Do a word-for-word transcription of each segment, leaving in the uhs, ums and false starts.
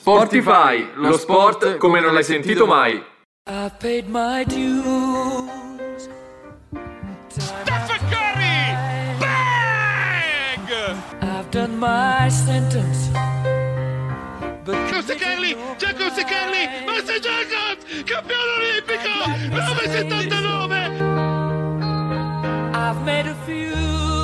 Sportify, lo sport come non l'hai sentito mai. I've paid my dues. Stephen Curry! Bang! I've done my sentence. Giuseppe Kelly, Giacomo Kelly, Master Jacobs, campione olimpico, nove settantanove. I've made a few.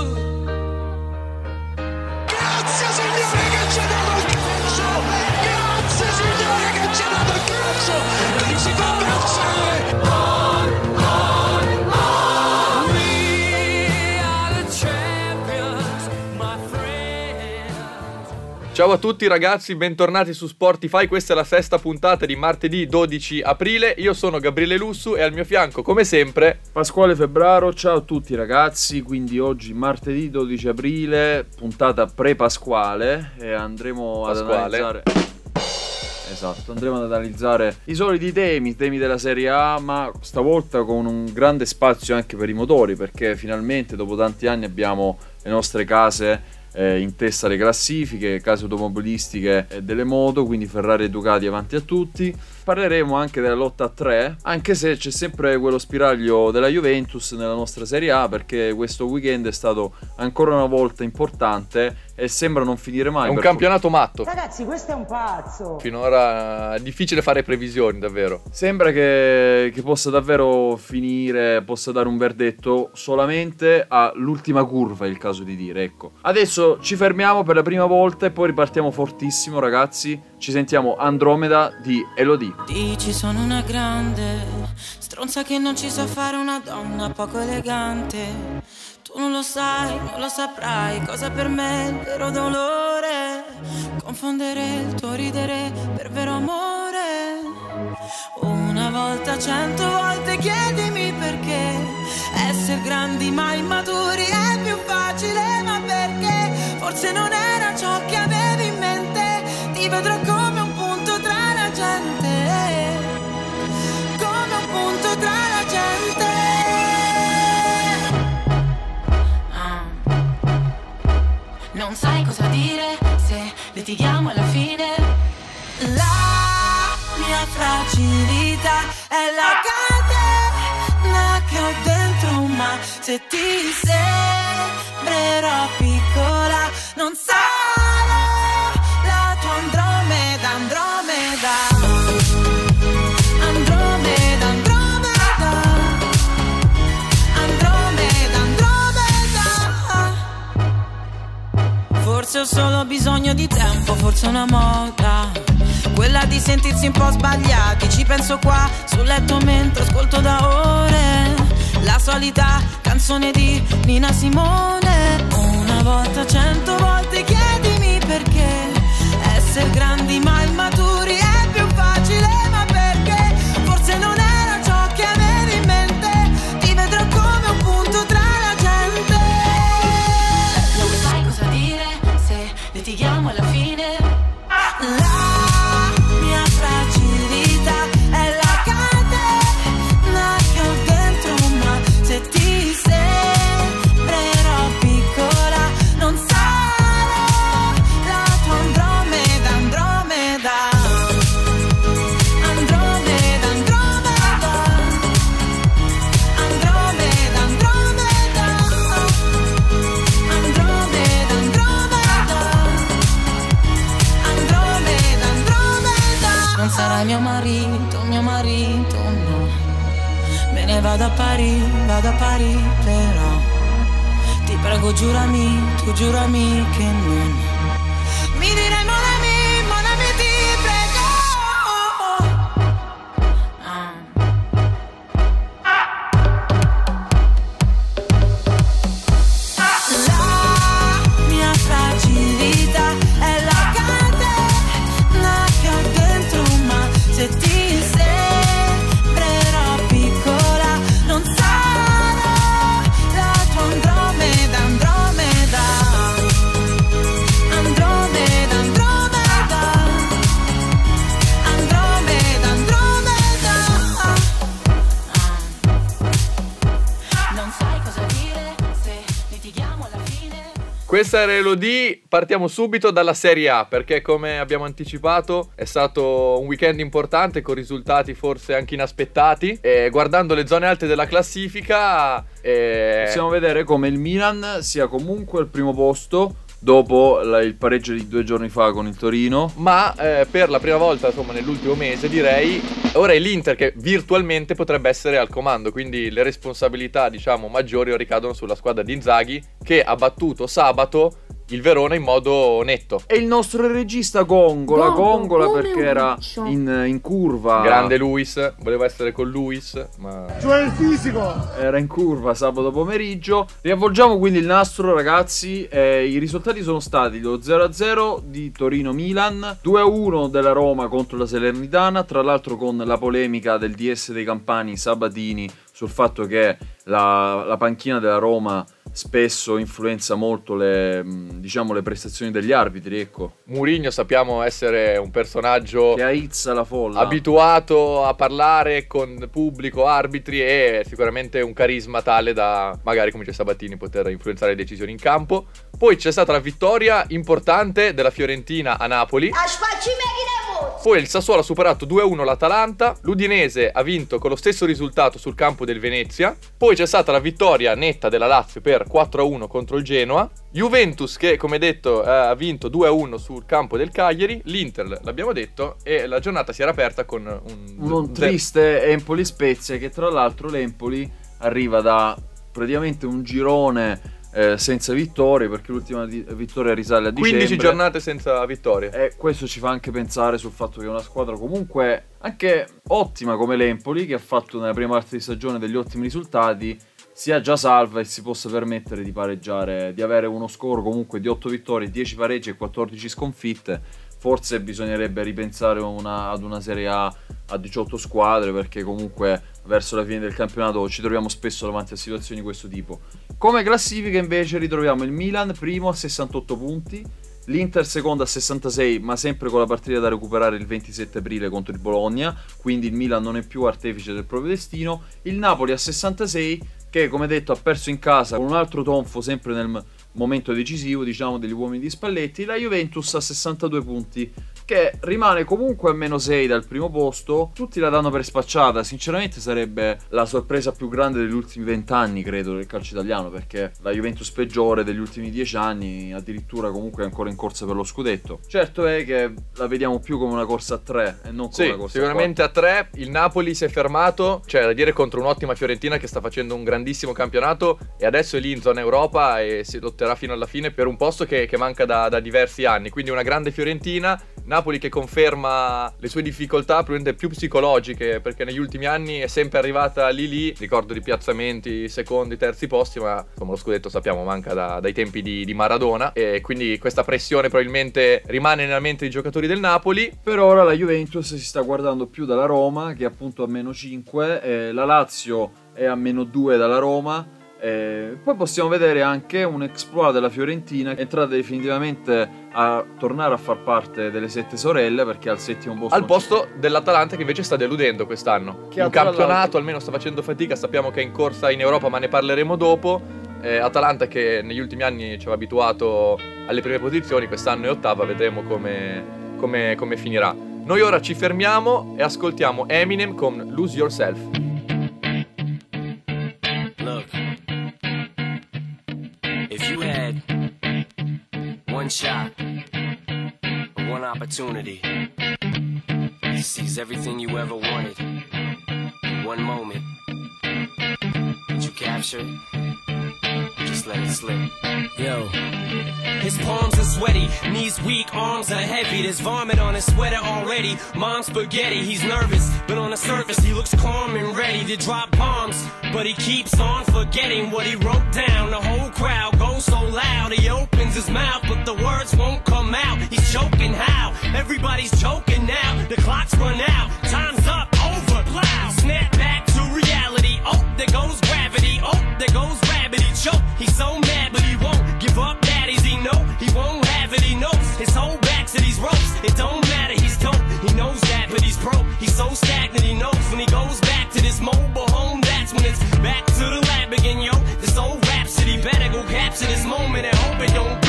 Grazie signore che ci ha dato il calcio! Grazie signore che ci ha dato il calcio! Non si può pensare! We are the champions, my friends. Ciao a tutti ragazzi, bentornati su Sportify, questa è la sesta puntata di martedì dodici aprile, io sono Gabriele Lussu e al mio fianco come sempre Pasquale Febbraro. Ciao a tutti ragazzi, quindi oggi martedì dodici aprile, puntata pre-pasquale e andremo Pasquale. ad analizzare... Esatto, andremo ad analizzare i soliti temi, temi della Serie A, ma stavolta con un grande spazio anche per i motori, perché finalmente dopo tanti anni abbiamo le nostre case eh, in testa alle classifiche, case automobilistiche e delle moto, quindi Ferrari e Ducati avanti a tutti. Parleremo anche della lotta a tre, anche se c'è sempre quello spiraglio della Juventus nella nostra Serie A, perché questo weekend è stato ancora una volta importante e sembra non finire mai. è un per campionato matto. Ragazzi, questo è un pazzo. Finora è difficile fare previsioni, davvero. Sembra che, che possa davvero finire, possa dare un verdetto solamente all'ultima curva, è il caso di dire, ecco. Adesso ci fermiamo per la prima volta e poi ripartiamo fortissimo, ragazzi. Ci sentiamo Andromeda di Elodie. Dici sono una grande stronza che non ci sa fare una donna poco elegante. Tu non lo sai, non lo saprai cosa per me è il vero dolore. Confondere il tuo ridere per vero amore. Una volta, cento volte chiedimi perché essere grandi ma immaturi è più facile. Ma perché? Forse non era ciò che avevi in mente. Ti vedrò come un punto tra la gente, come un punto tra la gente. Ah. Non sai cosa dire se litighiamo alla fine. La mia fragilità è la catena che ho dentro, ma se ti sembrerò piccola non sarò la tua Andromeda, Andromeda. Andromeda, Andromeda. Andromeda, Andromeda. Forse ho solo bisogno di tempo, forse una moda, quella di sentirsi un po' sbagliati. Ci penso qua sul letto mentre ascolto da ore la solita canzone di Nina Simone. Una volta, cento volte chiedimi perché essere grandi ma immaturi è più facile. Ma perché? Forse non era ciò che avevi in mente. Ti vedrò come un punto tra la gente. Non sai cosa dire se litighiamo alla fine. La mia fragilità è la catena che ho dentro, ma se ti sembrerò piccola non sarò la tua Andromeda, Andromeda. Andromeda, Andromeda. Andromeda, Andromeda. Andromeda, Andromeda. Andromeda, Andromeda. Non sarai mio marito, mio marito, no. Me ne vado a Parigi, vado a Parigi, però ti prego giurami, tu giurami che non mi direi mon ami, mon ami, ti prego. Ah. La mia fragilità è la catena che ho dentro, ma se ti sembrerò piccola non sarò la tua Andromeda, Andromeda. Questa era Elodie, partiamo subito dalla Serie A perché come abbiamo anticipato è stato un weekend importante con risultati forse anche inaspettati e guardando le zone alte della classifica eh... possiamo vedere come il Milan sia comunque al primo posto dopo la, il pareggio di due giorni fa con il Torino, ma eh, per la prima volta insomma nell'ultimo mese direi ora è l'Inter che virtualmente potrebbe essere al comando, quindi le responsabilità diciamo maggiori ricadono sulla squadra di Inzaghi che ha battuto sabato il Verona in modo netto. E il nostro regista Gongola, Gongo, Gongola come perché un era riccio. in, in curva. Grande Luis, voleva essere con Luis, ma Cioè il fisico. Era in curva sabato pomeriggio. Riavvolgiamo quindi il nastro, ragazzi. Eh, I risultati sono stati lo zero a zero di Torino-Milan, due a uno della Roma contro la Salernitana, tra l'altro con la polemica del D S dei Campani Sabatini sul fatto che la, la panchina della Roma spesso influenza molto le, diciamo, le prestazioni degli arbitri, ecco. Mourinho sappiamo essere un personaggio che aizza la folla, abituato a parlare con pubblico, arbitri e sicuramente un carisma tale da magari come dice Sabatini poter influenzare le decisioni in campo. Poi c'è stata la vittoria importante della Fiorentina a Napoli. Poi il Sassuolo ha superato due a uno l'Atalanta, l'Udinese ha vinto con lo stesso risultato sul campo del Venezia, poi c'è stata la vittoria netta della Lazio per quattro a uno contro il Genoa, Juventus che come detto eh, ha vinto due a uno sul campo del Cagliari, l'Inter l'abbiamo detto e la giornata si era aperta con un, un, un triste Empoli-Spezia che tra l'altro l'Empoli arriva da praticamente un girone Eh, senza vittorie perché l'ultima di- vittoria risale a dicembre, quindici giornate senza vittorie e questo ci fa anche pensare sul fatto che è una squadra comunque anche ottima come l'Empoli che ha fatto nella prima parte di stagione degli ottimi risultati sia già salva e si possa permettere di pareggiare, di avere uno score comunque di otto vittorie, dieci pareggi e quattordici sconfitte. Forse bisognerebbe ripensare una, ad una Serie A a diciotto squadre perché comunque verso la fine del campionato ci troviamo spesso davanti a situazioni di questo tipo. Come classifica invece ritroviamo il Milan primo a sessantotto punti, l'Inter secondo a sessantasei ma sempre con la partita da recuperare il ventisette aprile contro il Bologna, quindi il Milan non è più artefice del proprio destino, il Napoli a sessantasei che come detto ha perso in casa con un altro tonfo sempre nel momento decisivo diciamo degli uomini di Spalletti, la Juventus a sessantadue punti che rimane comunque a meno sei dal primo posto, tutti la danno per spacciata, sinceramente sarebbe la sorpresa più grande degli ultimi vent'anni credo del calcio italiano perché la Juventus peggiore degli ultimi dieci anni addirittura comunque è ancora in corsa per lo scudetto. Certo è che la vediamo più come una corsa a tre e non come sì, una corsa sicuramente a a tre, il Napoli si è fermato, cioè da dire contro un'ottima Fiorentina che sta facendo un grandissimo campionato e adesso è lì in zona Europa e si lotterà fino alla fine per un posto che, che manca da, da diversi anni, quindi una grande Fiorentina. Napoli che conferma le sue difficoltà probabilmente più psicologiche perché negli ultimi anni è sempre arrivata lì lì, ricordo di piazzamenti secondi, terzi posti, ma insomma lo scudetto sappiamo manca da, dai tempi di, di Maradona e quindi questa pressione probabilmente rimane nella mente dei giocatori del Napoli. Per ora la Juventus si sta guardando più dalla Roma che è appunto a meno cinque, eh, la Lazio è a meno due dalla Roma. Eh, poi possiamo vedere anche un exploit della Fiorentina che è entrata definitivamente a tornare a far parte delle sette sorelle perché al settimo posto al posto dell'Atalanta che invece sta deludendo quest'anno che in tra campionato l'altro almeno sta facendo fatica, sappiamo che è in corsa in Europa ma ne parleremo dopo. eh, Atalanta che negli ultimi anni ci aveva abituato alle prime posizioni, quest'anno è ottava, vedremo come, come, come finirà. Noi ora ci fermiamo e ascoltiamo Eminem con Lose Yourself. If you had one shot, one opportunity to seize everything you ever wanted in one moment, would you capture it? Just let it slip. Yo. His palms are sweaty, knees weak, arms are heavy. There's vomit on his sweater already. Mom's spaghetti, he's nervous, but on the surface he looks calm and ready to drop bombs. But he keeps on forgetting what he wrote down. The whole crowd goes so loud, he opens his mouth, but the words won't come out. He's choking how? Everybody's choking now. The clock's run out, time's up, over, plow. Snap back to reality, oh, there goes gravity. Oh, there goes rabbit, he choke. He's so mad, but he won't give up. Daddies, he know he won't have it. He knows his whole back to these ropes. It don't matter, he's dope. He knows that, but he's broke. He's so stagnant, he knows when he goes back to this mobile home. That's when it's back to the lab again, yo. This old rhapsody better go capture this moment and hope it don't.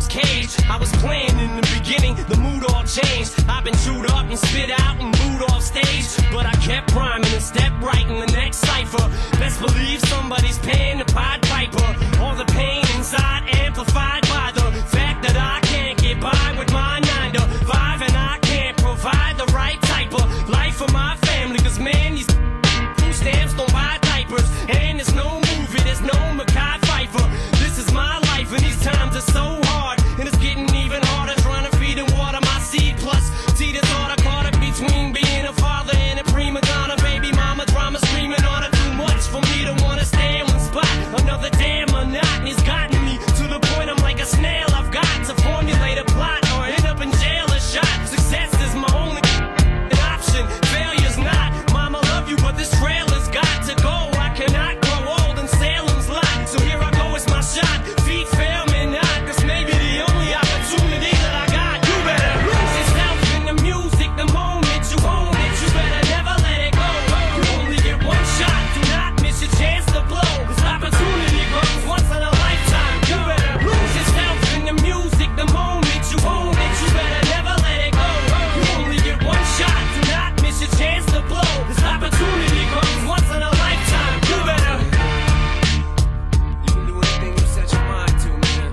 cage. I was playing in the beginning, the mood all changed. I've been chewed up and spit out and booed off stage, but I kept rhyming and stepped right in the next cipher. Best believe somebody's paying the Pied Piper. All the pain inside amplified by the fact that I can't get by with my nine to five, and I can't provide the right type of life for my family. Cause man, these food stamps don't buy diapers, and there's no movie, there's no Mackay Pfeiffer. This is my life, and these times are so hard, and it's getting even harder trying to feed and water my seed. Plus, see this order caught up between being a father and a prima donna. Baby mama drama screaming on her, too much for me to wanna stay in one spot. Another damn monotony's gotten me to the point I'm like a snail. I've got to formulate a plot or end up in jail or shot. Success is my only option, failure's not. Mama love you, but this trailer's got to go. I cannot grow old in Salem's lot, so here I go, it's my shot. Feet fail me not, this may be the only opportunity that I got. You better lose yourself in the music the moment you own it. You better never let it go. You only get one shot, do not miss your chance to blow. This opportunity comes once in a lifetime. You better lose yourself in the music the moment you own it. You better never let it go. You only get one shot, do not miss your chance to blow. This opportunity comes once in a lifetime. You better. You can do anything you set your mind to, man.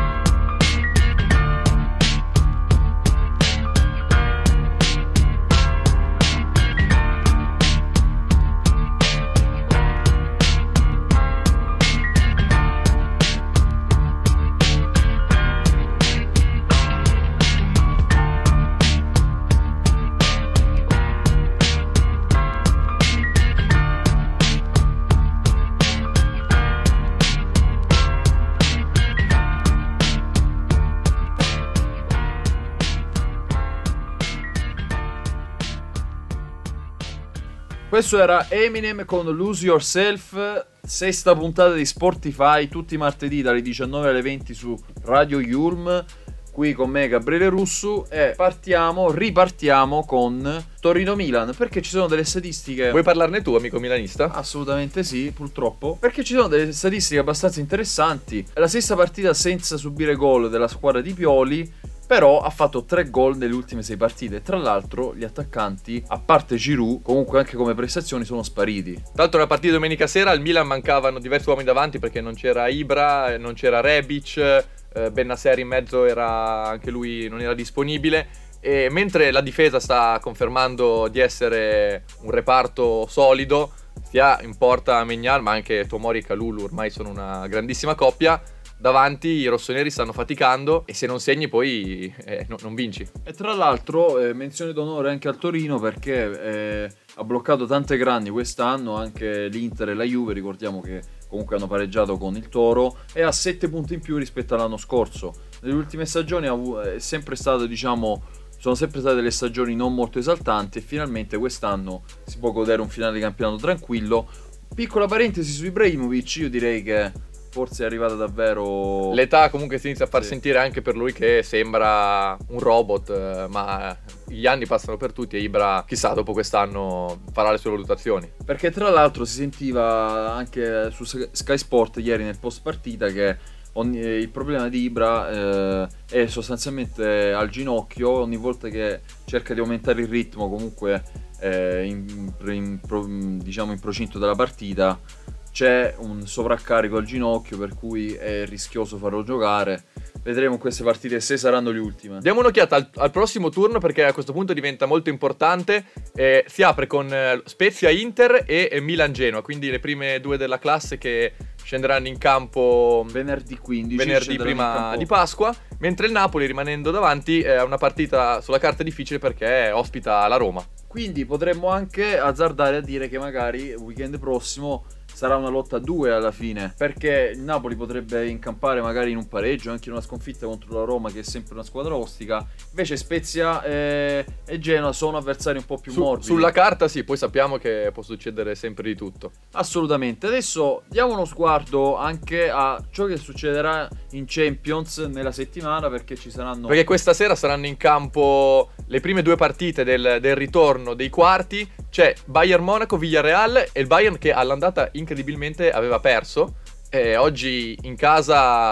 Questo era Eminem con Lose Yourself, sesta puntata di Sportify, tutti i martedì dalle diciannove alle venti su Radio Yulm. Qui con me Gabriele Russu e partiamo, ripartiamo con Torino-Milan, perché ci sono delle statistiche... Vuoi parlarne tu, amico milanista? Assolutamente sì, purtroppo, perché ci sono delle statistiche abbastanza interessanti. È la sesta partita senza subire gol della squadra di Pioli, però ha fatto tre gol nelle ultime sei partite. Tra l'altro gli attaccanti, a parte Giroud, comunque anche come prestazioni sono spariti. Tra l'altro la partita domenica sera al Milan mancavano diversi uomini davanti, perché non c'era Ibra, non c'era Rebic, eh, Bennacer in mezzo era anche lui, non era disponibile. E mentre la difesa sta confermando di essere un reparto solido, sia in porta Maignan, ma anche Tomori e Kalulu ormai sono una grandissima coppia, davanti i rossoneri stanno faticando e se non segni poi eh, no, non vinci. E tra l'altro eh, menzione d'onore anche al Torino, perché eh, ha bloccato tante grandi quest'anno, anche l'Inter e la Juve, ricordiamo che comunque hanno pareggiato con il Toro, e ha sette punti in più rispetto all'anno scorso. Nelle ultime stagioni è sempre stato, diciamo, sono sempre state delle stagioni non molto esaltanti, e finalmente quest'anno si può godere un finale di campionato tranquillo. Piccola parentesi su Ibrahimovic, io direi che forse è arrivata davvero... L'età comunque si inizia a far sì. sentire anche per lui, che sembra un robot, eh, ma gli anni passano per tutti e Ibra, chissà, dopo quest'anno farà le sue valutazioni. Perché tra l'altro si sentiva anche su Sky Sport ieri nel post partita che ogni, il problema di Ibra eh, è sostanzialmente al ginocchio. Ogni volta che cerca di aumentare il ritmo, comunque eh, in, in, in, diciamo in procinto della partita, c'è un sovraccarico al ginocchio, per cui è rischioso farlo giocare. Vedremo in queste partite se saranno le ultime. Diamo un'occhiata al, al prossimo turno, perché a questo punto diventa molto importante. Eh, si apre con eh, Spezia-Inter e, e Milan-Genoa, quindi le prime due della classe che scenderanno in campo venerdì quindici, venerdì prima di Pasqua, mentre il Napoli, rimanendo davanti, è una partita sulla carta difficile perché ospita la Roma. Quindi potremmo anche azzardare a dire che magari il weekend prossimo sarà una lotta a due alla fine, perché il Napoli potrebbe incampare magari in un pareggio, anche in una sconfitta contro la Roma, che è sempre una squadra ostica. Invece Spezia e, e Genoa sono avversari un po' più Su, morbidi. Sulla carta sì, poi sappiamo che può succedere sempre di tutto. Assolutamente. Adesso diamo uno sguardo anche a ciò che succederà in Champions nella settimana, perché ci saranno... Perché questa sera saranno in campo le prime due partite del, del ritorno dei quarti. C'è Bayern Monaco, Villarreal, e il Bayern che all'andata incredibilmente aveva perso, e oggi in casa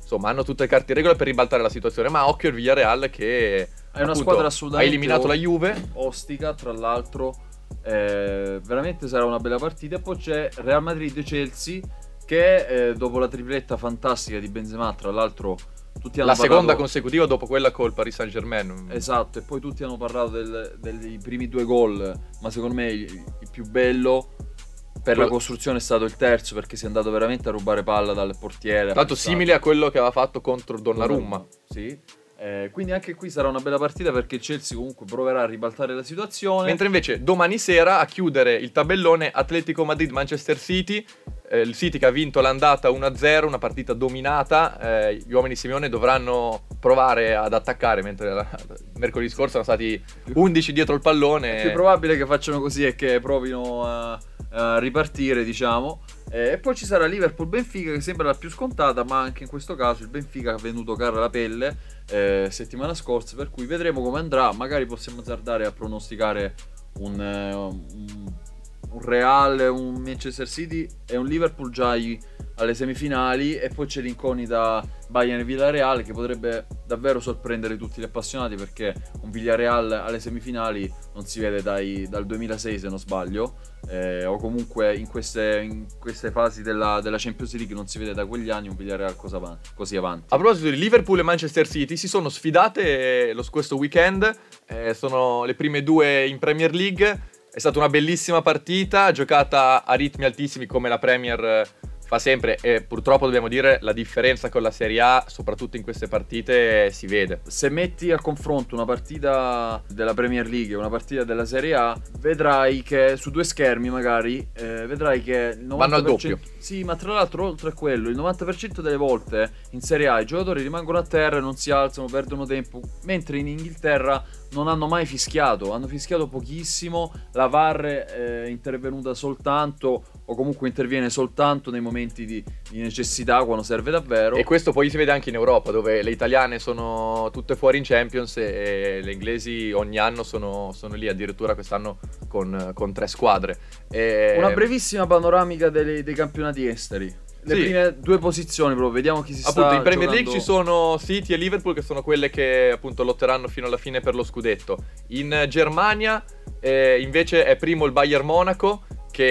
insomma hanno tutte le carte in regola per ribaltare la situazione, ma occhio il Villarreal che È una appunto, squadra ha assolutamente eliminato o- la Juve. ostica, tra l'altro. Eh, veramente sarà una bella partita. E poi c'è Real Madrid-Chelsea che eh, dopo la tripletta fantastica di Benzema, tra l'altro tutti hanno La parlato... seconda consecutiva dopo quella col Paris Saint-Germain. Esatto, e poi tutti hanno parlato del- dei primi due gol, ma secondo me il, il più bello per Quello- la costruzione è stato il terzo, perché si è andato veramente a rubare palla dal portiere. Tra l'altro Pensato. simile a quello che aveva fatto contro Donnarumma. Sì. Eh, quindi anche qui sarà una bella partita, perché il Chelsea comunque proverà a ribaltare la situazione. Mentre invece domani sera a chiudere il tabellone Atletico Madrid-Manchester City, eh, il City che ha vinto l'andata uno a zero, una partita dominata, eh, gli uomini di Simeone dovranno provare ad attaccare, mentre la- mercoledì scorso sono stati undici dietro il pallone. È più probabile che facciano così e che provino a, a ripartire, diciamo. Eh, e poi ci sarà Liverpool-Benfica, che sembra la più scontata, ma anche in questo caso il Benfica ha venuto cara la pelle eh, settimana scorsa, per cui vedremo come andrà. Magari possiamo azzardare a pronosticare un, eh, un, un Real, un Manchester City e un Liverpool già ai- alle semifinali, e poi c'è l'incognita Bayern e Villarreal, che potrebbe davvero sorprendere tutti gli appassionati, perché un Villarreal alle semifinali non si vede dai- dal duemilasei, se non sbaglio, eh, o comunque in queste, in queste fasi della, della Champions League non si vede da quegli anni un Villarreal cosa avan- così avanti. A proposito di Liverpool e Manchester City, si sono sfidate lo, questo weekend, eh, sono le prime due in Premier League, è stata una bellissima partita, giocata a ritmi altissimi come la Premier eh, fa sempre, e purtroppo dobbiamo dire la differenza con la Serie A, soprattutto in queste partite, eh, si vede. Se metti a confronto una partita della Premier League e una partita della Serie A, vedrai che su due schermi magari eh, vedrai che il novanta Vanno al per cento doppio. Sì, ma tra l'altro oltre a quello, il novanta per cento delle volte in Serie A i giocatori rimangono a terra e non si alzano, perdono tempo, mentre in Inghilterra non hanno mai fischiato, hanno fischiato pochissimo, la V A R è intervenuta soltanto, o comunque interviene soltanto nei momenti di, di necessità, quando serve davvero. E questo poi si vede anche in Europa, dove le italiane sono tutte fuori in Champions e le inglesi ogni anno sono, sono lì, addirittura quest'anno con, con tre squadre. E... Una brevissima panoramica dei, dei campionati esteri. Le Sì. prime due posizioni, proprio vediamo chi si sta Appunto in Premier giocando. League ci sono City e Liverpool, che sono quelle che appunto lotteranno fino alla fine per lo scudetto. In Germania eh, invece è primo il Bayern Monaco,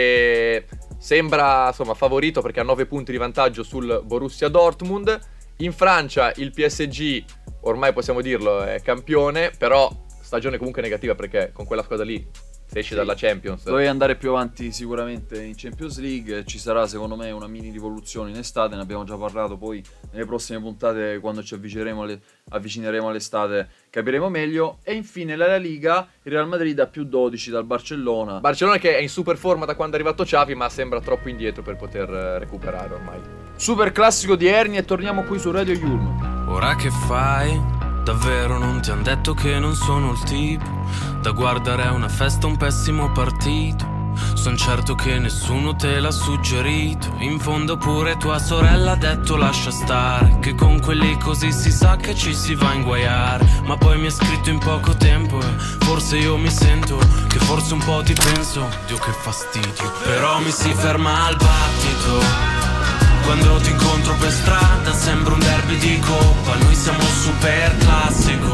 che sembra insomma favorito perché ha nove punti di vantaggio sul Borussia Dortmund. In Francia il P S G, ormai possiamo dirlo, è campione, però stagione comunque negativa, perché con quella squadra lì se esci Sì. dalla Champions Dovevi andare più avanti sicuramente in Champions League. Ci sarà secondo me una mini rivoluzione in estate, ne abbiamo già parlato, poi nelle prossime puntate, quando ci avvicineremo, alle, avvicineremo all'estate, capiremo meglio. E infine la La Liga, il Real Madrid a più dodici dal Barcellona. Barcellona che è in super forma da quando è arrivato Xavi, ma sembra troppo indietro per poter eh, recuperare ormai. Super classico di Erni, e torniamo qui su Radio Yulm. Ora che fai? Davvero non ti han detto che non sono il tipo da guardare a una festa, un pessimo partito. Son certo che nessuno te l'ha suggerito. In fondo pure tua sorella ha detto lascia stare, che con quelli così si sa che ci si va a inguaiare. Ma poi mi ha scritto in poco tempo e forse io mi sento che forse un po' ti penso. Dio che fastidio, però mi si ferma al battito. Quando ti incontro per strada sembra un derby di coppa, noi siamo super classico.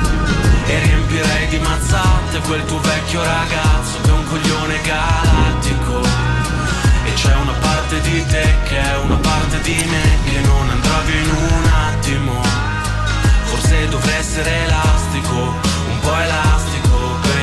E riempirei di mazzate quel tuo vecchio ragazzo che è un coglione galattico. E c'è una parte di te che è una parte di me che non andrà via in un attimo. Forse dovrei essere elastico, un po' elastico,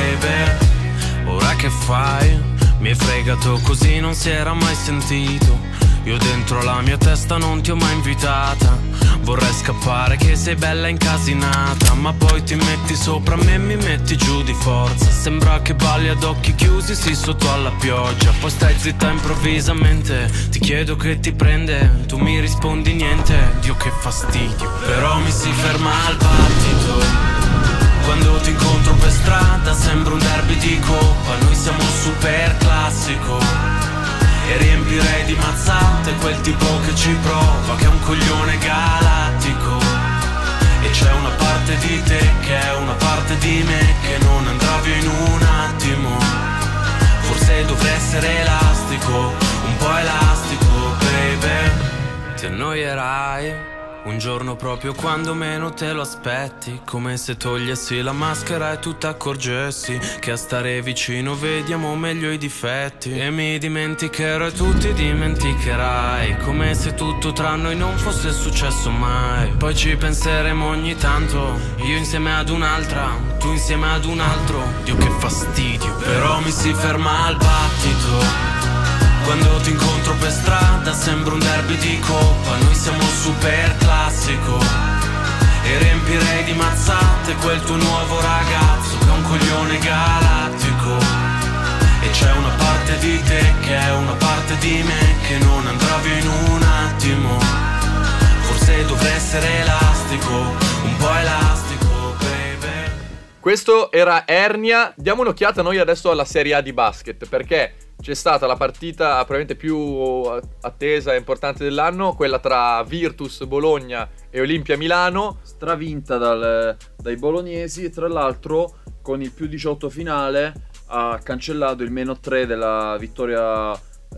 baby. Ora che fai? Mi hai fregato così, non si era mai sentito. Io dentro la mia testa non ti ho mai invitata. Vorrei scappare che sei bella incasinata, ma poi ti metti sopra me e mi metti giù di forza. Sembra che balli ad occhi chiusi, sì, sotto alla pioggia. Poi stai zitta improvvisamente, ti chiedo che ti prende, tu mi rispondi niente. Dio che fastidio, però mi si ferma al battito. Quando ti incontro per strada sembra un derby di coppa, noi siamo super classico. E riempirei di mazzate quel tipo che ci prova, che è un coglione galattico. E c'è una parte di te che è una parte di me che non andrà via in un attimo. Forse dovrei essere elastico, un po' elastico, baby. Ti annoierai Un giorno proprio quando meno te lo aspetti, come se togliessi la maschera e tu t'accorgessi che a stare vicino vediamo meglio i difetti. E mi dimenticherò e tu ti dimenticherai, come se tutto tra noi non fosse successo mai. Poi ci penseremo ogni tanto, io insieme ad un'altra, tu insieme ad un altro. Dio che fastidio, però mi si ferma al battito. Quando ti incontro per strada sembra un derby di coppa, noi siamo super classico. E riempirei di mazzate quel tuo nuovo ragazzo che è un coglione galattico. E c'è una parte di te che è una parte di me che non andrà via in un attimo. Forse dovrei essere elastico, un po' elastico, baby. Questo era Ernia. Diamo un'occhiata noi adesso alla Serie A di basket, perché c'è stata la partita probabilmente più attesa e importante dell'anno, quella tra Virtus Bologna e Olimpia Milano, stravinta dal, dai bolognesi, e tra l'altro con il più diciotto finale ha cancellato il meno tre della vittoria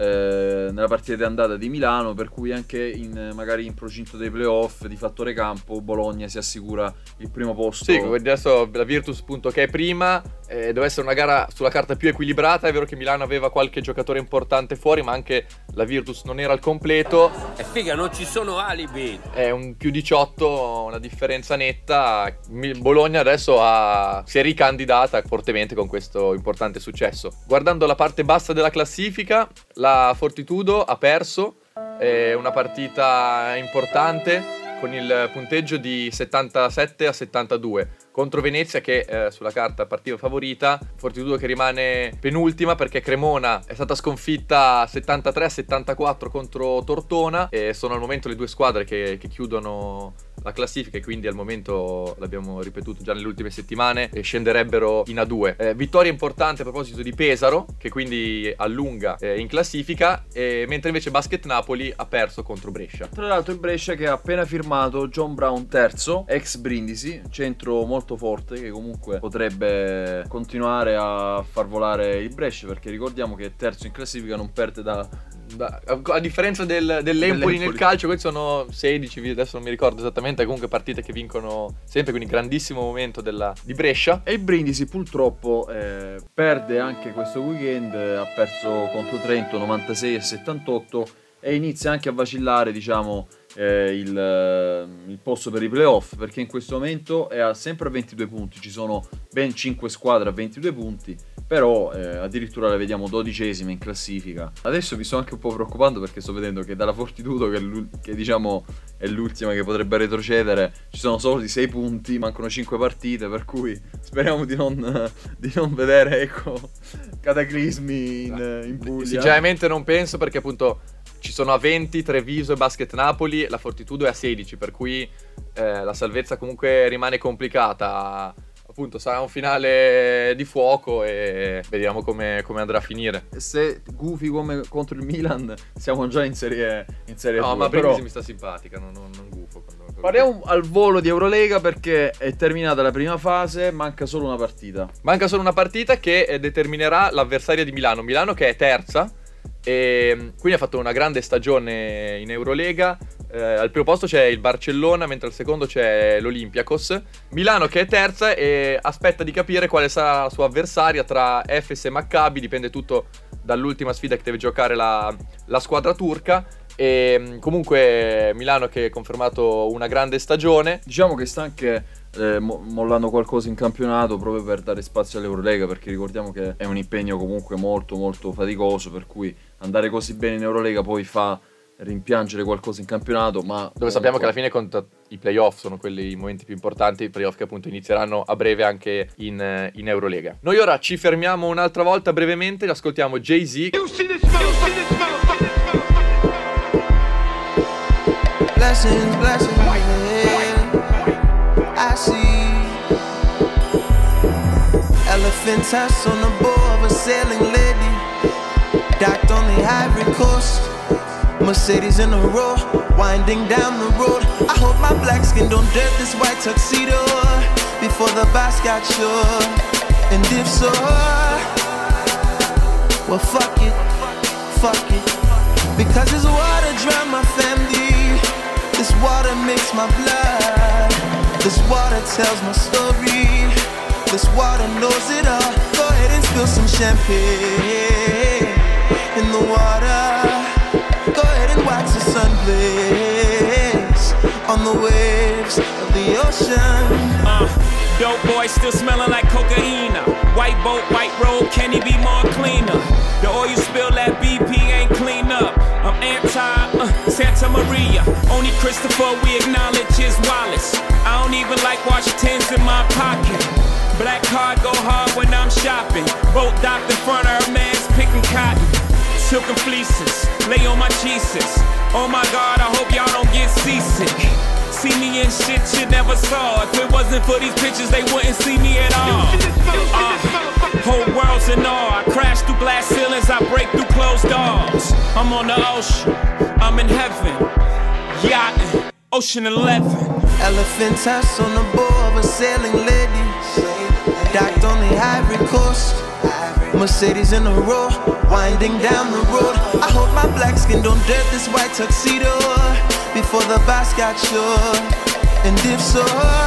eh, nella partita di andata di Milano, per cui anche in, magari in procinto dei playoff di fattore campo Bologna si assicura il primo posto. Sì, adesso la Virtus appunto che è prima, eh, deve essere una gara sulla carta più equilibrata. È vero che Milano aveva qualche giocatore importante fuori, ma anche la Virtus non era al completo. E figa, non ci sono alibi. È un più diciotto, una differenza netta. Bologna adesso ha, si è ricandidata fortemente con questo importante successo. Guardando la parte bassa della classifica, la Fortitudo ha perso, è una partita importante con il punteggio di settantasette a settantadue contro Venezia, che eh, sulla carta partiva favorita. Fortitudo che rimane penultima perché Cremona è stata sconfitta settantatré a settantaquattro contro Tortona, e sono al momento le due squadre che, che chiudono la classifica, e quindi al momento, l'abbiamo ripetuto già nelle ultime settimane, e scenderebbero in A due. Eh, vittoria importante a proposito di Pesaro, che quindi allunga eh, in classifica, e mentre invece Basket Napoli ha perso contro Brescia. Tra l'altro il Brescia che ha appena firmato John Brown terzo, ex Brindisi, centro molto forte che comunque potrebbe continuare a far volare il Brescia, perché ricordiamo che è terzo in classifica, non perde da... Da, a differenza del, dell'Empoli nel calcio, questi sono sedici, adesso non mi ricordo esattamente, comunque partite che vincono sempre, quindi grandissimo momento della, di Brescia. E il Brindisi purtroppo eh, perde anche questo weekend, ha perso contro Trento novantasei a settantotto, e inizia anche a vacillare, diciamo, eh, il, il posto per i playoff, perché in questo momento è a sempre a ventidue punti, ci sono ben cinque squadre a ventidue punti, però eh, addirittura la vediamo dodicesima in classifica. Adesso mi sto anche un po' preoccupando, perché sto vedendo che dalla Fortitudo, che, che diciamo è l'ultima che potrebbe retrocedere, ci sono solo di sei punti, mancano cinque partite, per cui speriamo di non, di non vedere, ecco, cataclismi in, in Puglia. Sinceramente non penso, perché appunto ci sono a venti Treviso e Basket Napoli, la Fortitudo è a sedici, per cui eh, la salvezza comunque rimane complicata. Appunto sarà un finale di fuoco e vediamo come, come andrà a finire. Se gufi come contro il Milan, siamo già in serie in serie No, due, ma però Brindisi mi sta simpatica, non, non, non gufo. Quando... Parliamo al volo di Eurolega, perché è terminata la prima fase, manca solo una partita. Manca solo una partita che determinerà l'avversaria di Milano. Milano che è terza, e quindi ha fatto una grande stagione in Eurolega. Eh, al primo posto c'è il Barcellona, mentre al secondo c'è l'Olympiakos. Milano che è terza e aspetta di capire quale sarà la sua avversaria tra Efes e Maccabi. Dipende tutto dall'ultima sfida che deve giocare la, la squadra turca. E comunque Milano che ha confermato una grande stagione. Diciamo che sta anche eh, mo- mollando qualcosa in campionato, proprio per dare spazio all'Eurolega, perché ricordiamo che è un impegno comunque molto molto faticoso, per cui andare così bene in Eurolega poi fa rimpiangere qualcosa in campionato, ma dove comunque sappiamo che alla fine conta i playoff, sono quelli i momenti più importanti, i playoff che appunto inizieranno a breve anche in, in Eurolega. Noi ora ci fermiamo un'altra volta brevemente, ascoltiamo Jay-Z. Blessings, blessings, I see elephant tusks on the bow of a sailing lady, docked on the Ivory Coast. Mercedes in a row, winding down the road. I hope my black skin don't dirt this white tuxedo before the boss got sure. And if so, well fuck it, fuck it, because this water drown my family. This water makes my blood. This water tells my story. This water knows it all. Go ahead and spill some champagne in the water. Go ahead and watch the sun blaze on the waves of the ocean. Uh, dope boy still smelling like cocaine. White boat, white road, can he be more cleaner? The oil spill that B P ain't clean up. I'm anti uh, Santa Maria. Only Christopher we acknowledge is Wallace. I don't even like Washingtons in my pocket. Black card go hard when I'm shopping. Boat docked in front of her man's picking cotton. Silken fleeces, lay on my Jesus. Oh my God, I hope y'all don't get seasick. See me in shit you never saw. If it wasn't for these pictures, they wouldn't see me at all. Uh, whole world's in awe. I crash through glass ceilings, I break through closed doors. I'm on the ocean, I'm in heaven. Yachting, Ocean eleven. Elephant tusk on the bow of a sailing lady, docked on the Ivory Coast. Mercedes in a row, winding down the road. I hope my black skin don't dirt this white tuxedo before the boss got sure. And if so,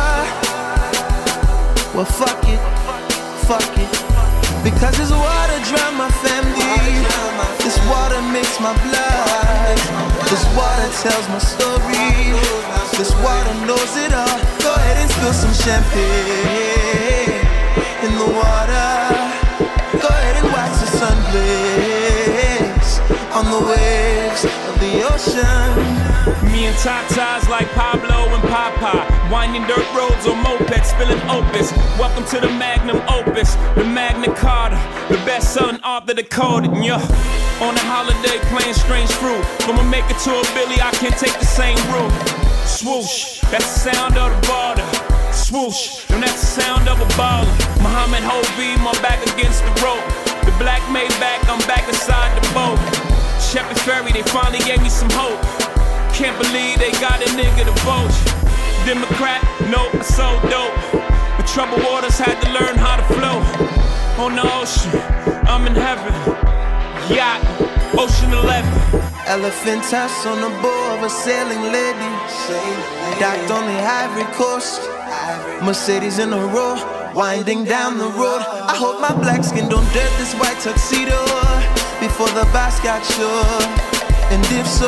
well fuck it, fuck it. Because this water drown my family. This water makes my blood. This water tells my story. This water knows it all. Go ahead and spill some champagne in the water. Go ahead and watch the sun blaze on the waves of the ocean. Me and Tatas like Pablo and Papa, winding dirt roads on mopeds, spilling opus. Welcome to the magnum opus, the Magna Carta, the best-selling author decoded. Yeah. On a holiday playing strange fruit. From a maker to a Billy, I can't take the same route. Swoosh, that's the sound of the border. Swoosh, and that's the sound of a baller. Muhammad Hovey, my back against the rope. The black Maybach, I'm back inside the boat. Shepherd Ferry, they finally gave me some hope. Can't believe they got a nigga to vote. Democrat, nope, so dope. The troubled waters had to learn how to float. On the ocean, I'm in heaven. Yacht, Ocean eleven. Elephant tusk on the bow of a sailing lady, docked on the Ivory Coast. Mercedes in a row, winding down the road. I hope my black skin don't dirt this white tuxedo before the boss got sure. And if so,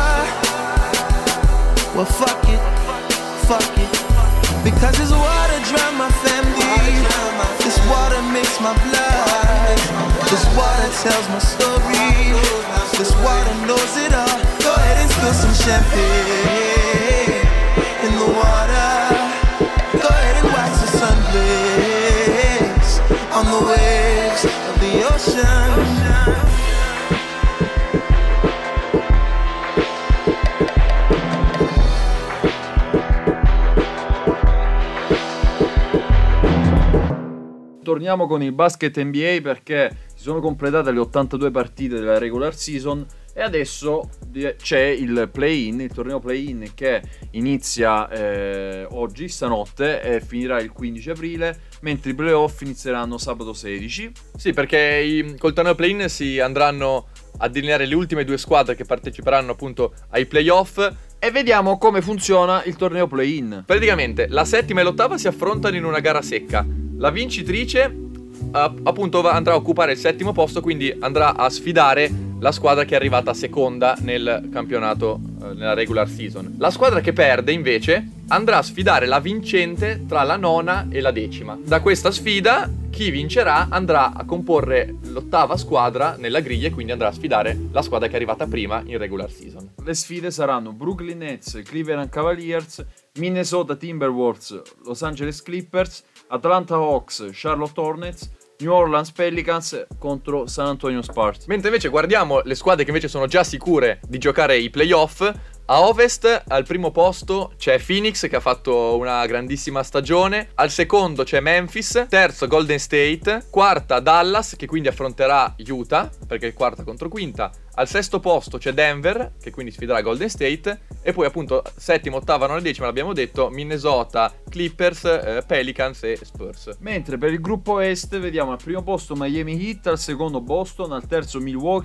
well fuck it, fuck it. Because this water drown my family. This water makes my blood. This water tells my story. This water knows it all. Go ahead and spill some champagne in the water. Go ahead and watch the sun blaze on the waves of the ocean. Torniamo con il basket N B A perché si sono completate le ottantadue partite della regular season e adesso c'è il play-in, il torneo play-in che inizia eh, oggi, stanotte, e finirà il quindici aprile, mentre i playoff inizieranno sabato sedici. Sì, perché i, col torneo play-in si andranno a delineare le ultime due squadre che parteciperanno appunto ai playoff. E vediamo come funziona il torneo play-in. Praticamente la settima e l'ottava si affrontano in una gara secca. La vincitrice uh, appunto andrà a occupare il settimo posto, quindi andrà a sfidare la squadra che è arrivata seconda nel campionato, uh, nella regular season. La squadra che perde invece andrà a sfidare la vincente tra la nona e la decima. Da questa sfida chi vincerà andrà a comporre l'ottava squadra nella griglia e quindi andrà a sfidare la squadra che è arrivata prima in regular season. Le sfide saranno Brooklyn Nets, Cleveland Cavaliers, Minnesota Timberwolves, Los Angeles Clippers, Atlanta Hawks, Charlotte Hornets, New Orleans Pelicans contro San Antonio Spurs. Mentre invece guardiamo le squadre che invece sono già sicure di giocare i playoff. A Ovest al primo posto c'è Phoenix che ha fatto una grandissima stagione, al secondo c'è Memphis, terzo Golden State, quarta Dallas che quindi affronterà Utah perché è quarta contro quinta, al sesto posto c'è Denver che quindi sfiderà Golden State e poi appunto settima, ottava, nona e decima l'abbiamo detto Minnesota, Clippers, eh, Pelicans e Spurs. Mentre per il gruppo Est vediamo al primo posto Miami Heat, al secondo Boston, al terzo Milwaukee,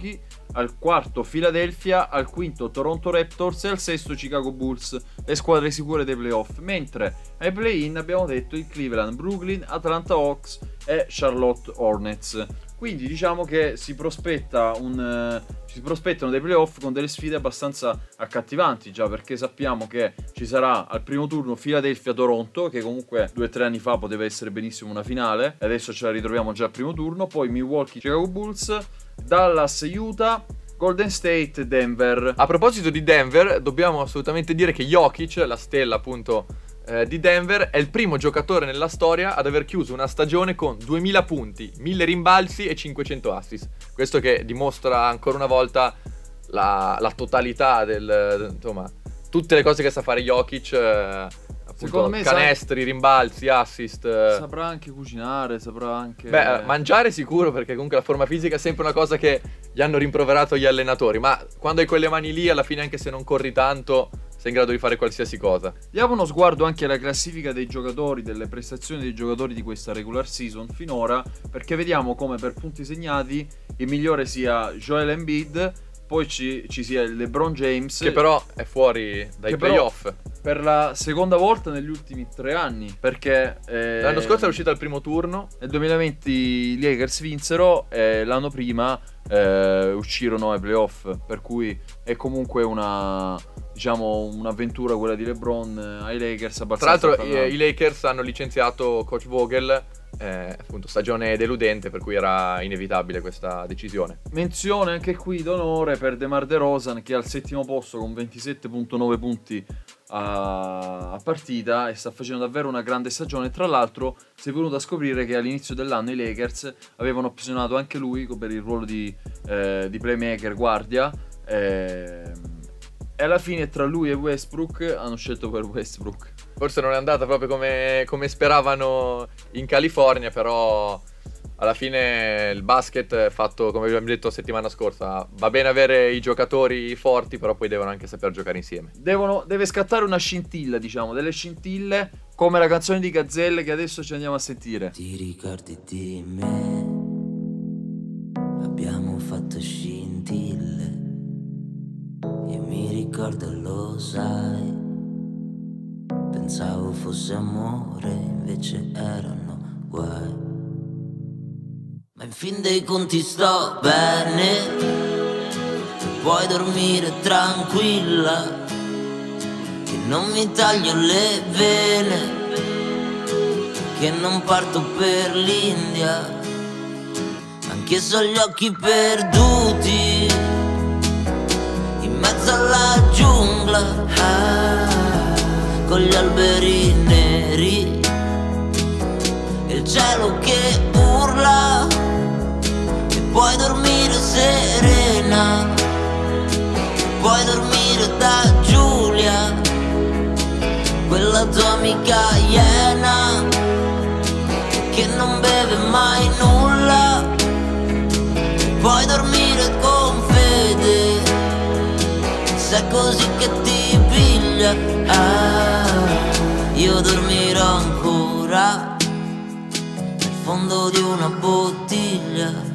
al quarto Philadelphia, al quinto Toronto Raptors e al sesto Chicago Bulls, le squadre sicure dei playoff. Mentre ai play-in abbiamo detto il Cleveland, Brooklyn, Atlanta Hawks e Charlotte Hornets. Quindi diciamo che si prospetta un uh, si prospettano dei playoff con delle sfide abbastanza accattivanti, già perché sappiamo che ci sarà al primo turno Philadelphia-Toronto, che comunque due o tre anni fa poteva essere benissimo una finale, e adesso ce la ritroviamo già al primo turno. Poi Milwaukee-Chicago Bulls, Dallas-Utah, Golden State-Denver. A proposito di Denver, dobbiamo assolutamente dire che Jokic, la stella appunto eh, di Denver, è il primo giocatore nella storia ad aver chiuso una stagione con duemila punti, mille rimbalzi e cinquecento assist. Questo che dimostra ancora una volta la, la totalità del, insomma, tutte le cose che sa fare Jokic, eh, appunto, me canestri, sa... rimbalzi, assist. Saprà anche cucinare, saprà anche... Beh, mangiare sicuro, perché comunque la forma fisica è sempre una cosa che gli hanno rimproverato gli allenatori, ma quando hai quelle mani lì, alla fine anche se non corri tanto, sei in grado di fare qualsiasi cosa. Diamo uno sguardo anche alla classifica dei giocatori, delle prestazioni dei giocatori di questa regular season finora, perché vediamo come per punti segnati il migliore sia Joel Embiid, poi ci, ci sia il LeBron James, che però è fuori dai playoff per la seconda volta negli ultimi tre anni, perché eh, l'anno scorso è uscito al primo turno, nel duemilaventi i Lakers vinsero e l'anno prima eh, uscirono ai playoff, per cui è comunque una, diciamo, un'avventura quella di LeBron ai Lakers abbastanza. Tra l'altro i, i Lakers hanno licenziato coach Vogel, eh, appunto stagione deludente, per cui era inevitabile questa decisione. Menzione anche qui d'onore per DeMar DeRozan, che è al settimo posto con ventisette virgola nove punti a, a partita e sta facendo davvero una grande stagione. Tra l'altro si è venuto a scoprire che all'inizio dell'anno i Lakers avevano opzionato anche lui per il ruolo di, eh, di playmaker guardia, eh, e alla fine tra lui e Westbrook hanno scelto per Westbrook. Forse non è andata proprio come, come speravano in California, però alla fine il basket è fatto come abbiamo detto settimana scorsa. Va bene avere i giocatori forti, però poi devono anche saper giocare insieme. Devono, deve scattare una scintilla, diciamo, delle scintille, come la canzone di Gazzelle che adesso ci andiamo a sentire. Ti ricordi di me? Abbiamo fatto scintille. Io mi ricordo, lo sai. Pensavo fosse amore, invece erano guai. Ma in fin dei conti sto bene, puoi dormire tranquilla, che non mi taglio le vene, che non parto per l'India, anche se ho gli occhi perduti in mezzo alla giungla, ah, con gli alberi neri e il cielo che urla. Puoi dormire serena, puoi dormire da Giulia, quella tua amica iena che non beve mai nulla. Puoi dormire con fede, se è così che ti piglia. Ah, io dormirò ancora nel fondo di una bottiglia.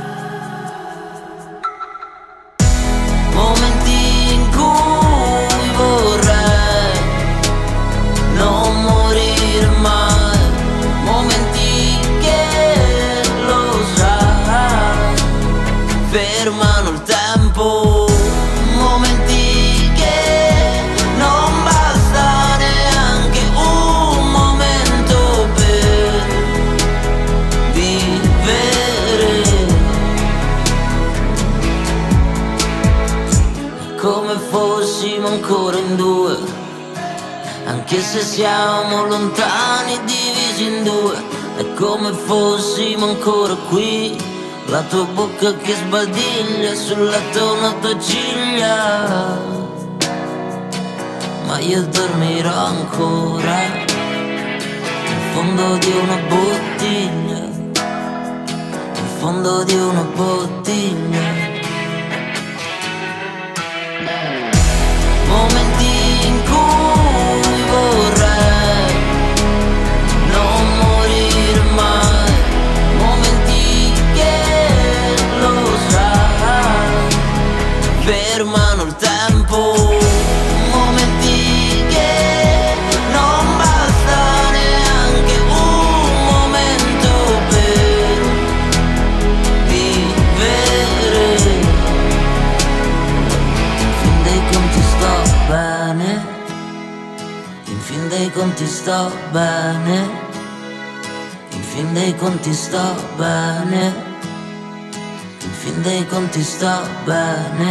Momenti in cui vorrei non morire mai, momenti che lo sai, fermano il tempo, momenti che non basta neanche un momento per vivere. Come fossimo ancora in due, anche se siamo lontani divisi in due. È come fossimo ancora qui, la tua bocca che sbadiglia sul letto una tua ciglia. Ma io dormirò ancora nel fondo di una bottiglia, nel fondo di una bottiglia. Momenti in cui vorrei non morire mai, momenti che lo sai, sto bene, in fin dei conti sto bene, in fin dei conti sto bene,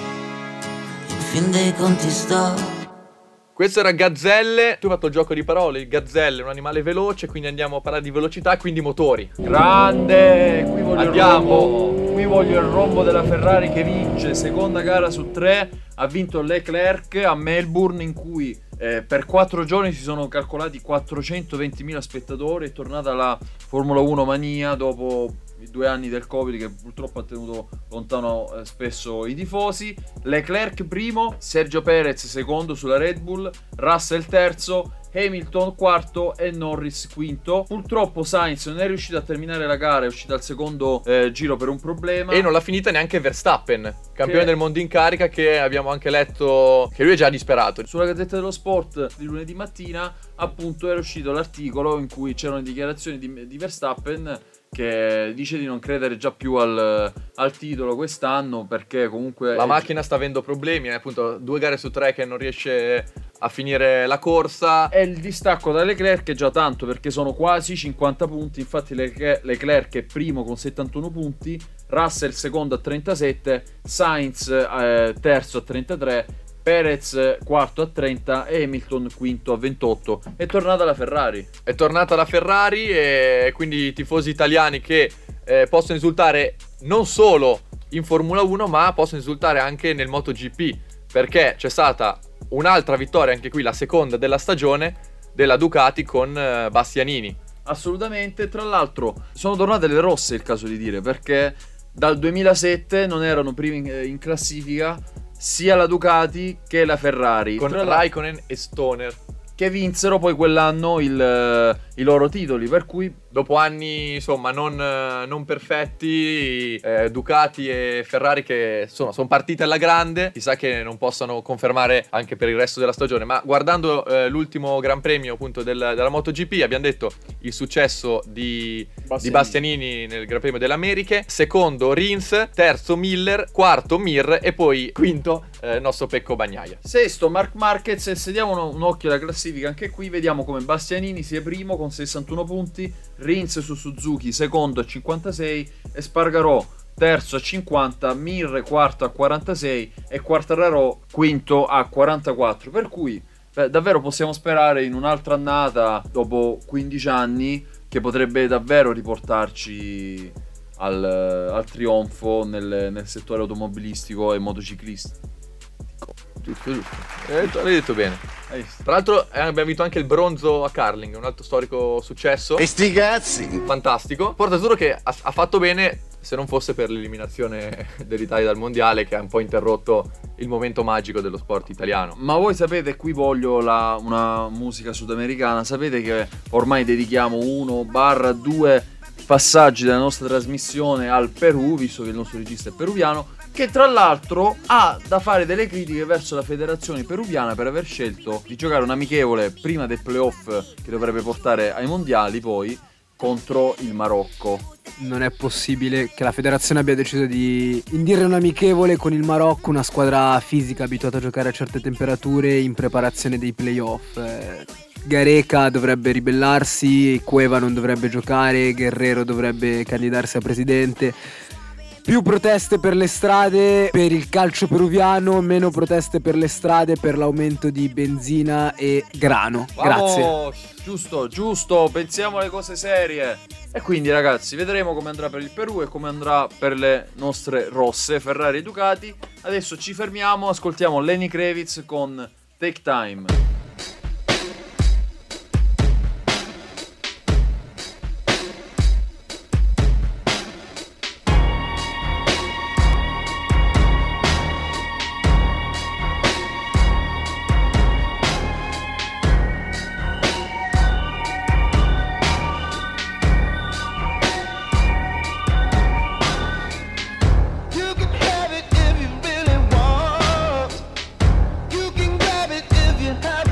in fin dei conti sto. Questo era Gazzelle, tu hai fatto il gioco di parole, il gazzelle è un animale veloce, quindi andiamo a parlare di velocità, quindi motori. Grande, qui voglio Andiamo. il rombo, qui voglio il rombo della Ferrari che vince, seconda gara su tre, ha vinto Leclerc a Melbourne in cui eh, per quattro giorni si sono calcolati quattrocentoventimila spettatori, è tornata la Formula uno mania dopo i due anni del Covid che purtroppo ha tenuto lontano eh, spesso i tifosi. Leclerc primo, Sergio Perez secondo sulla Red Bull, Russell terzo, Hamilton quarto e Norris quinto. Purtroppo Sainz non è riuscito a terminare la gara, è uscito al secondo eh, giro per un problema e non l'ha finita neanche Verstappen, campione che... del mondo in carica, che abbiamo anche letto che lui è già disperato. Sulla Gazzetta dello Sport di lunedì mattina appunto era uscito l'articolo in cui c'erano dichiarazioni di, di Verstappen che dice di non credere già più al, al titolo quest'anno perché comunque la è... macchina sta avendo problemi, eh, appunto due gare su tre che non riesce a finire la corsa e il distacco da Leclerc è già tanto perché sono quasi cinquanta punti, infatti Leclerc è primo con settantuno punti, Russell secondo a trentasette, Sainz eh, terzo a trentatré, Perez quarto a trenta e Hamilton quinto a ventotto. È tornata la Ferrari. È tornata la Ferrari e quindi i tifosi italiani che eh, possono esultare non solo in Formula uno ma possono esultare anche nel MotoGP, perché c'è stata un'altra vittoria, anche qui la seconda della stagione, della Ducati con eh, Bastianini. Assolutamente, tra l'altro sono tornate le rosse, è il caso di dire, perché dal duemilasette non erano primi in, in classifica sia la Ducati che la Ferrari, con Raikkonen e Stoner, che vinsero poi quell'anno il, i loro titoli, per cui dopo anni insomma non, non perfetti, eh, Ducati e Ferrari che sono, sono partite alla grande, chissà che non possano confermare anche per il resto della stagione. Ma guardando eh, l'ultimo Gran Premio appunto del, della MotoGP, abbiamo detto il successo di Bastianini. di Bastianini nel Gran Premio delle Americhe, secondo Rins, terzo Miller, quarto Mir e poi quinto eh, il nostro Pecco Bagnaia. Sesto Marc Marquez, e se diamo un, un occhio alla classifica anche qui vediamo come Bastianini sia primo con sessantuno punti, Rins su Suzuki secondo a cinquantasei, Espargarò terzo a cinquanta, Mir quarto a quarantasei e Quartararo quinto a quarantaquattro, per cui beh, davvero possiamo sperare in un'altra annata dopo quindici anni che potrebbe davvero riportarci al, al trionfo nel, nel settore automobilistico e motociclistico. Giusto, giusto. L'hai detto bene. Tra l'altro abbiamo vinto anche il bronzo a Carling, un altro storico successo. E sti cazzi! Fantastico. Porta Azzurro che ha, ha fatto bene, se non fosse per l'eliminazione dell'Italia dal mondiale, che ha un po' interrotto il momento magico dello sport italiano. Ma voi sapete, qui voglio la, una musica sudamericana, sapete che ormai dedichiamo uno barra due passaggi della nostra trasmissione al Perù, visto che il nostro regista è peruviano, che tra l'altro ha da fare delle critiche verso la federazione peruviana per aver scelto di giocare un amichevole prima del playoff che dovrebbe portare ai mondiali poi contro il Marocco. Non è possibile che la federazione abbia deciso di indire un amichevole con il Marocco, una squadra fisica abituata a giocare a certe temperature in preparazione dei playoff. Eh, Gareca dovrebbe ribellarsi, Cueva non dovrebbe giocare, Guerrero dovrebbe candidarsi a presidente. Più proteste per le strade per il calcio peruviano, meno proteste per le strade per l'aumento di benzina e grano. Vamos, grazie. Giusto, giusto, pensiamo alle cose serie. E quindi ragazzi, vedremo come andrà per il Perù e come andrà per le nostre rosse, Ferrari e Ducati. Adesso ci fermiamo, ascoltiamo Lenny Kravitz con Take Time. You can grab it if you have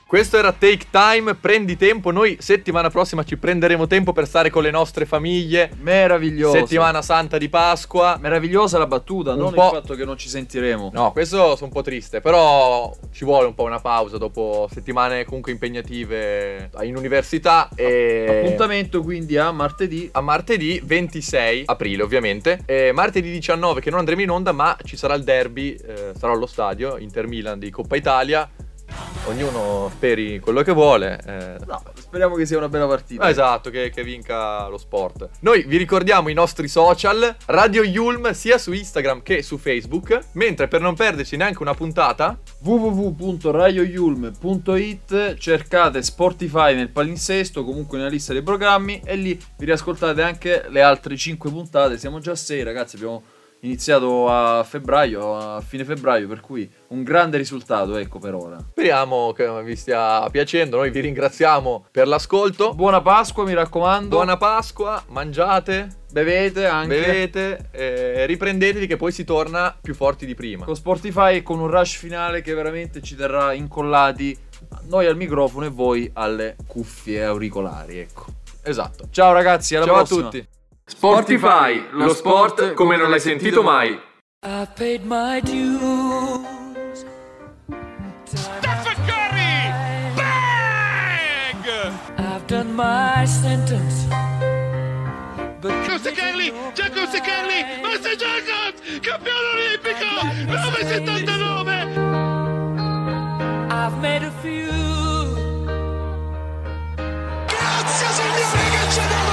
Questo era Take Time, prendi tempo. Noi settimana prossima ci prenderemo tempo per stare con le nostre famiglie. Meraviglioso. Settimana santa di Pasqua. Meravigliosa la battuta, Un non po'- il fatto che non ci sentiremo. No, questo sono un po' triste, però ci vuole un po' una pausa dopo settimane comunque impegnative in università. E Appuntamento quindi a martedì. a martedì ventisei aprile, ovviamente. E martedì diciannove che non andremo in onda, ma ci sarà il derby, eh, sarò allo stadio Inter Milan di Coppa Italia. Ognuno speri quello che vuole. eh. No, speriamo che sia una bella partita. Ah, esatto, che, che vinca lo sport. Noi vi ricordiamo i nostri social, Radio Yulm, sia su Instagram che su Facebook. Mentre per non perderci neanche una puntata, w w w punto radio yulm punto it, cercate Spotify nel palinsesto, comunque nella lista dei programmi, e lì vi riascoltate anche le altre cinque puntate. Siamo già a sei, ragazzi, abbiamo iniziato a febbraio, a fine febbraio, per cui un grande risultato, ecco, per ora. speriamo che vi stia piacendo. Noi vi ringraziamo per l'ascolto. Buona Pasqua, mi raccomando. Buona Pasqua, mangiate, Bevete anche. bevete, eh, riprendetevi che poi si torna più forti di prima. Con Spotify e con un rush finale che veramente ci terrà incollati, noi al microfono e voi alle cuffie auricolari, ecco. Esatto. Ciao ragazzi, alla Ciao prossima. a tutti. Sportify, lo sport come non l'hai sentito mai. I paid my dues. Stephen Curry! Bang! I've done my sentence. But Giusto Kelly, Giacomo Kelly, Master Jacobs, campione olimpico, nove settantanove! I've made a few. Grazie signore che ce n'è!